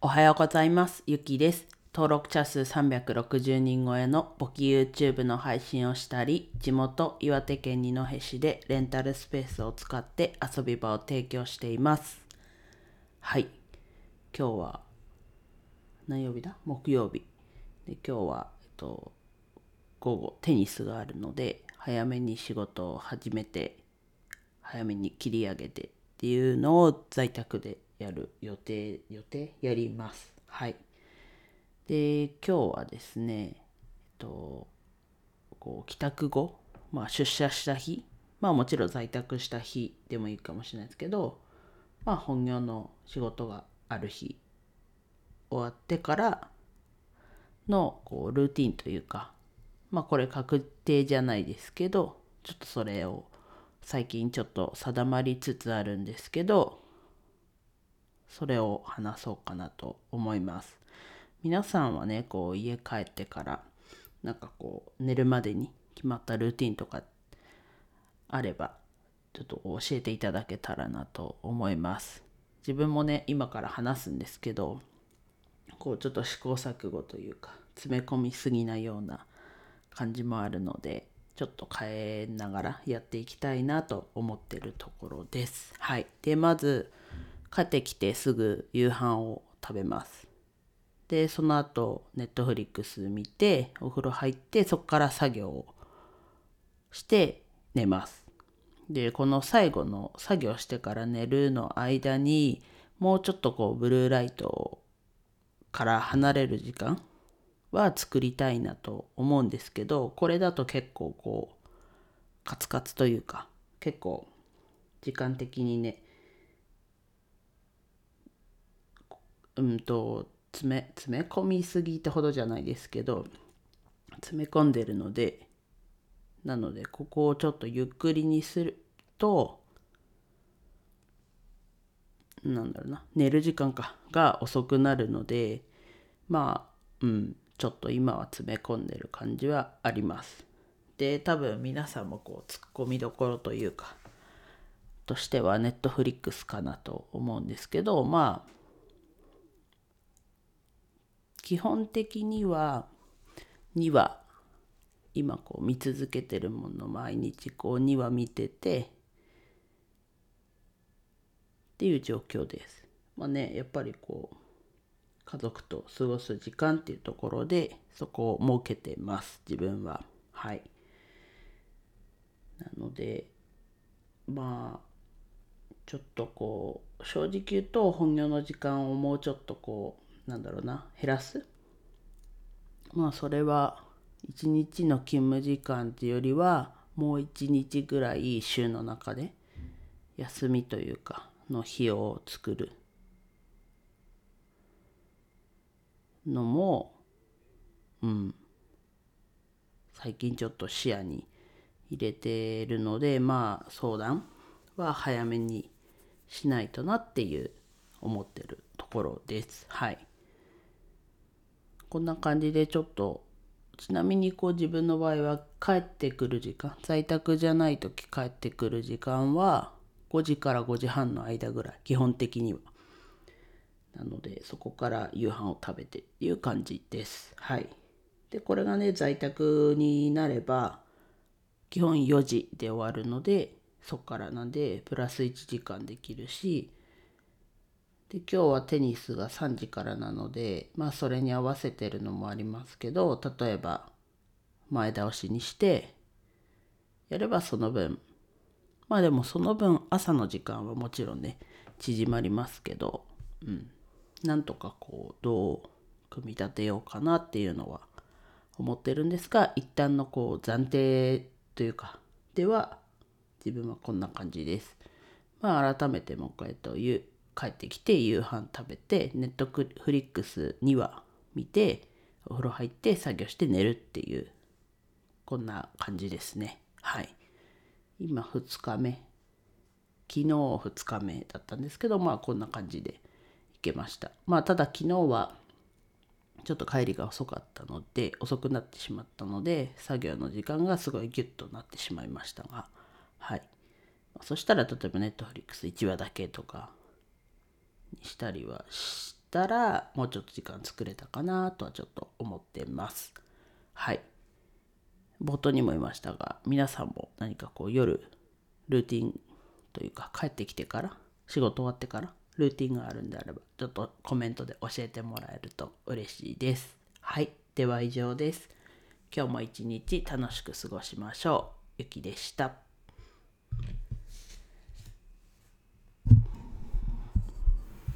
おはようございます。ゆきです。登録者数360人超えの簿記 YouTube の配信をしたり、地元岩手県二戸市でレンタルスペースを使って遊び場を提供しています。はい。今日は何曜日だ？木曜日。で今日は、午後テニスがあるので、早めに仕事を始めて、早めに切り上げてっていうのを在宅でやる予定やります。はい。で、今日はですね、帰宅後、出社した日、もちろん在宅した日でもいいかもしれないですけど、本業の仕事がある日終わってからのルーティンというか、これ確定じゃないですけど、ちょっとそれを最近ちょっと定まりつつあるんですけど、それを話そうかなと思います。皆さんはね、家帰ってから寝るまでに決まったルーティンとかあればちょっと教えていただけたらなと思います。自分もね今から話すんですけど、ちょっと試行錯誤というか詰め込みすぎなような感じもあるので、ちょっと変えながらやっていきたいなと思ってるところです。はい。でまず帰ってきてすぐ夕飯を食べます。でその後ネットフリックス見てお風呂入って、そこから作業をして寝ます。でこの最後の作業してから寝るの間にもうちょっとブルーライトから離れる時間は作りたいなと思うんですけど、これだと結構カツカツというか、結構時間的にね、詰め込みすぎってほどじゃないですけど、詰め込んでるので、なのでここをちょっとゆっくりにすると、寝る時間が遅くなるので、ちょっと今は詰め込んでる感じはあります。で多分皆さんもツッコミどころというかとしてはネットフリックスかなと思うんですけど、基本的には2話今見続けてるもの、毎日2話見ててっていう状況です。やっぱり家族と過ごす時間っていうところでそこを設けてます自分は。はい。なのでちょっと正直言うと本業の時間をもうちょっと減らす。それは一日の勤務時間っていうよりはもう一日ぐらい週の中で休みというかの日を作るのも最近ちょっと視野に入れてるので、相談は早めにしないとなっていう思ってるところです。はい。こんな感じでちょっと、ちなみに自分の場合は帰ってくる時間、在宅じゃない時帰ってくる時間は5時から5時半の間ぐらい、基本的には。なのでそこから夕飯を食べてっていう感じです。はい。でこれがね在宅になれば基本4時で終わるので、そこからなんでプラス1時間できるし、で今日はテニスが3時からなので、それに合わせてるのもありますけど、例えば前倒しにしてやればその分、でもその分朝の時間はもちろんね縮まりますけど、なんとかどう組み立てようかなっていうのは思ってるんですが、一旦の暫定というかでは自分はこんな感じです。改めてもう一回帰ってきて夕飯食べてネットフリックスには見てお風呂入って作業して寝るっていう、こんな感じですね。はい。今2日目、昨日2日目だったんですけど、こんな感じで行けました。ただ昨日はちょっと帰りが遅くなってしまったので、作業の時間がすごいギュッとなってしまいましたが、はい。そしたら例えばネットフリックス1話だけとかにしたりはししたらもうちょっと時間作れたかなとはちょっと思ってます。はい。冒頭にも言いましたが、皆さんも何か夜ルーティンというか帰ってきてから仕事終わってからルーティンがあるんであればちょっとコメントで教えてもらえると嬉しいです。はい。では以上です。今日も一日楽しく過ごしましょう。ゆきでした。